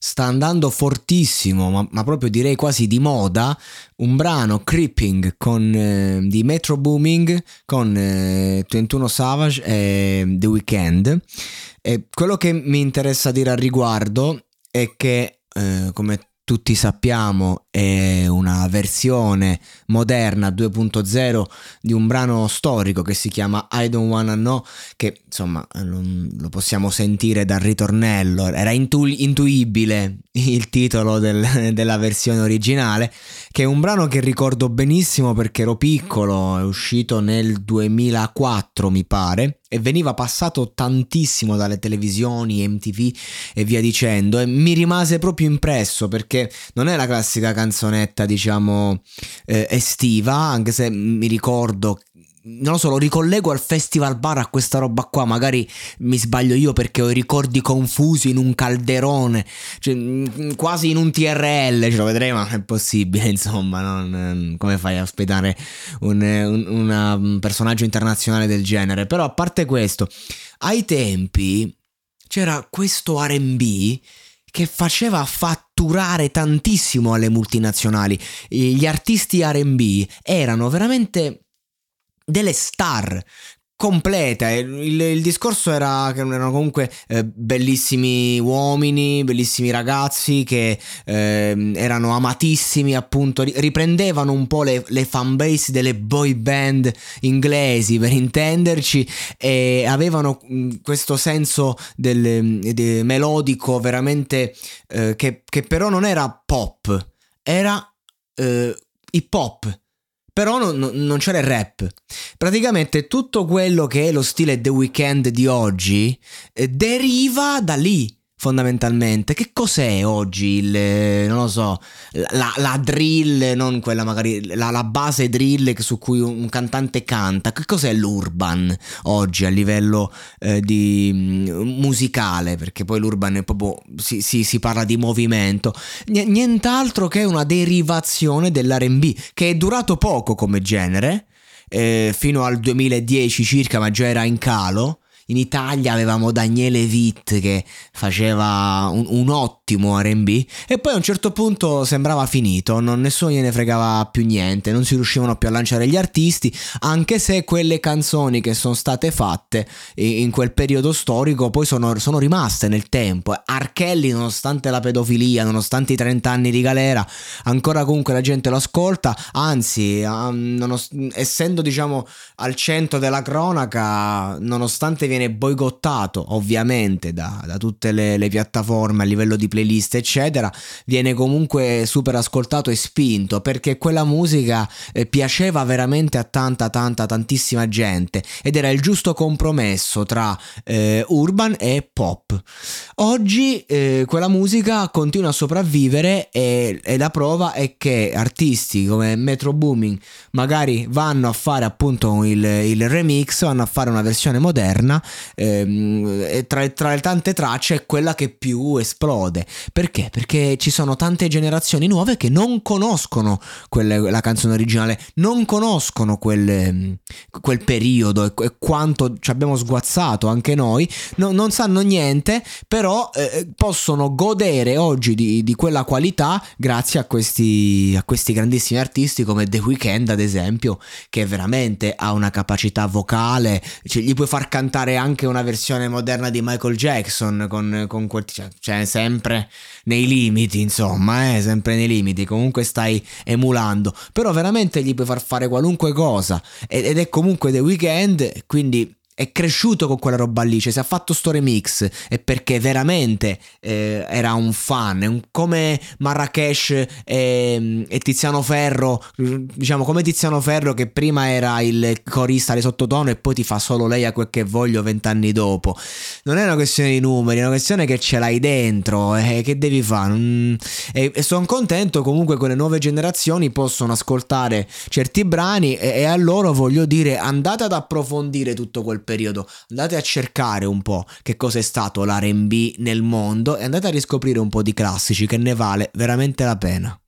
sta andando fortissimo, ma proprio direi quasi di moda, un brano Creeping di Metro Booming con 21 Savage e The Weeknd. E quello che mi interessa dire al riguardo è che, come tutti sappiamo, è una versione moderna 2.0 di un brano storico che si chiama I Don't Wanna Know, che insomma lo possiamo sentire dal ritornello, era intuibile il titolo della versione originale, che è un brano che ricordo benissimo perché ero piccolo, è uscito nel 2004 mi pare, e veniva passato tantissimo dalle televisioni, MTV e via dicendo, e mi rimase proprio impresso perché non è la classica canzonetta diciamo estiva, anche se mi ricordo, non lo so, lo ricollego al Festival Bar, a questa roba qua, magari mi sbaglio io perché ho i ricordi confusi in un calderone, cioè, quasi in un TRL, ce lo vedremo, ma è possibile, insomma, come fai a ospitare un personaggio internazionale del genere? Però a parte questo, ai tempi c'era questo R&B che faceva fatturare tantissimo alle multinazionali. Gli artisti R&B erano veramente delle star completa. Il discorso era che erano comunque bellissimi uomini, bellissimi ragazzi che erano amatissimi, appunto riprendevano un po' le fanbase delle boy band inglesi, per intenderci, e avevano questo senso melodico veramente che però non era pop, era hip hop. Però non c'era il rap. Praticamente tutto quello che è lo stile The Weeknd di oggi deriva da lì, fondamentalmente. Che cos'è oggi non lo so, la drill, non quella magari, la base drill su cui un cantante canta. Che cos'è l'urban oggi a livello musicale? Perché poi l'urban è proprio, si parla di movimento. Nient'altro che una derivazione dell'R&B, che è durato poco come genere, fino al 2010 circa, ma già era in calo. In Italia avevamo Daniele Vitt che faceva un ottimo R&B, e poi a un certo punto sembrava finito, nessuno gliene fregava più niente, non si riuscivano più a lanciare gli artisti, anche se quelle canzoni che sono state fatte in quel periodo storico poi sono rimaste nel tempo. R. Kelly, nonostante la pedofilia, nonostante i 30 anni di galera, ancora comunque la gente lo ascolta, anzi essendo diciamo al centro della cronaca, nonostante viene boicottato ovviamente da tutte le piattaforme a livello di playlist eccetera, viene comunque super ascoltato e spinto perché quella musica piaceva veramente a tantissima gente, ed era il giusto compromesso tra urban e pop. Oggi quella musica continua a sopravvivere, e la prova è che artisti come Metro Booming magari vanno a fare appunto il remix, vanno a fare una versione moderna, e tra le tante tracce è quella che più esplode. Perché? Perché ci sono tante generazioni nuove che non conoscono la canzone originale, non conoscono quel periodo e quanto ci abbiamo sguazzato anche noi, non sanno niente, però possono godere oggi di quella qualità grazie a questi grandissimi artisti come The Weeknd, ad esempio, che veramente ha una capacità vocale, cioè, gli puoi far cantare anche una versione moderna di Michael Jackson con quel, cioè sempre nei limiti, insomma, sempre nei limiti, comunque stai emulando, però veramente gli puoi far fare qualunque cosa, ed è comunque The Weeknd, quindi è cresciuto con quella roba lì, cioè se ha fatto sto remix è perché veramente era un fan, come Marrakesh e Tiziano Ferro, diciamo come Tiziano Ferro che prima era il corista di sottotono e poi ti fa solo lei a quel che voglio 20 anni dopo. Non è una questione di numeri, è una questione che ce l'hai dentro, che devi fare, e sono contento comunque che le nuove generazioni possono ascoltare certi brani, e a loro voglio dire, andate ad approfondire tutto quel periodo, andate a cercare un po' che cosa è stato l'R&B nel mondo e andate a riscoprire un po' di classici, che ne vale veramente la pena.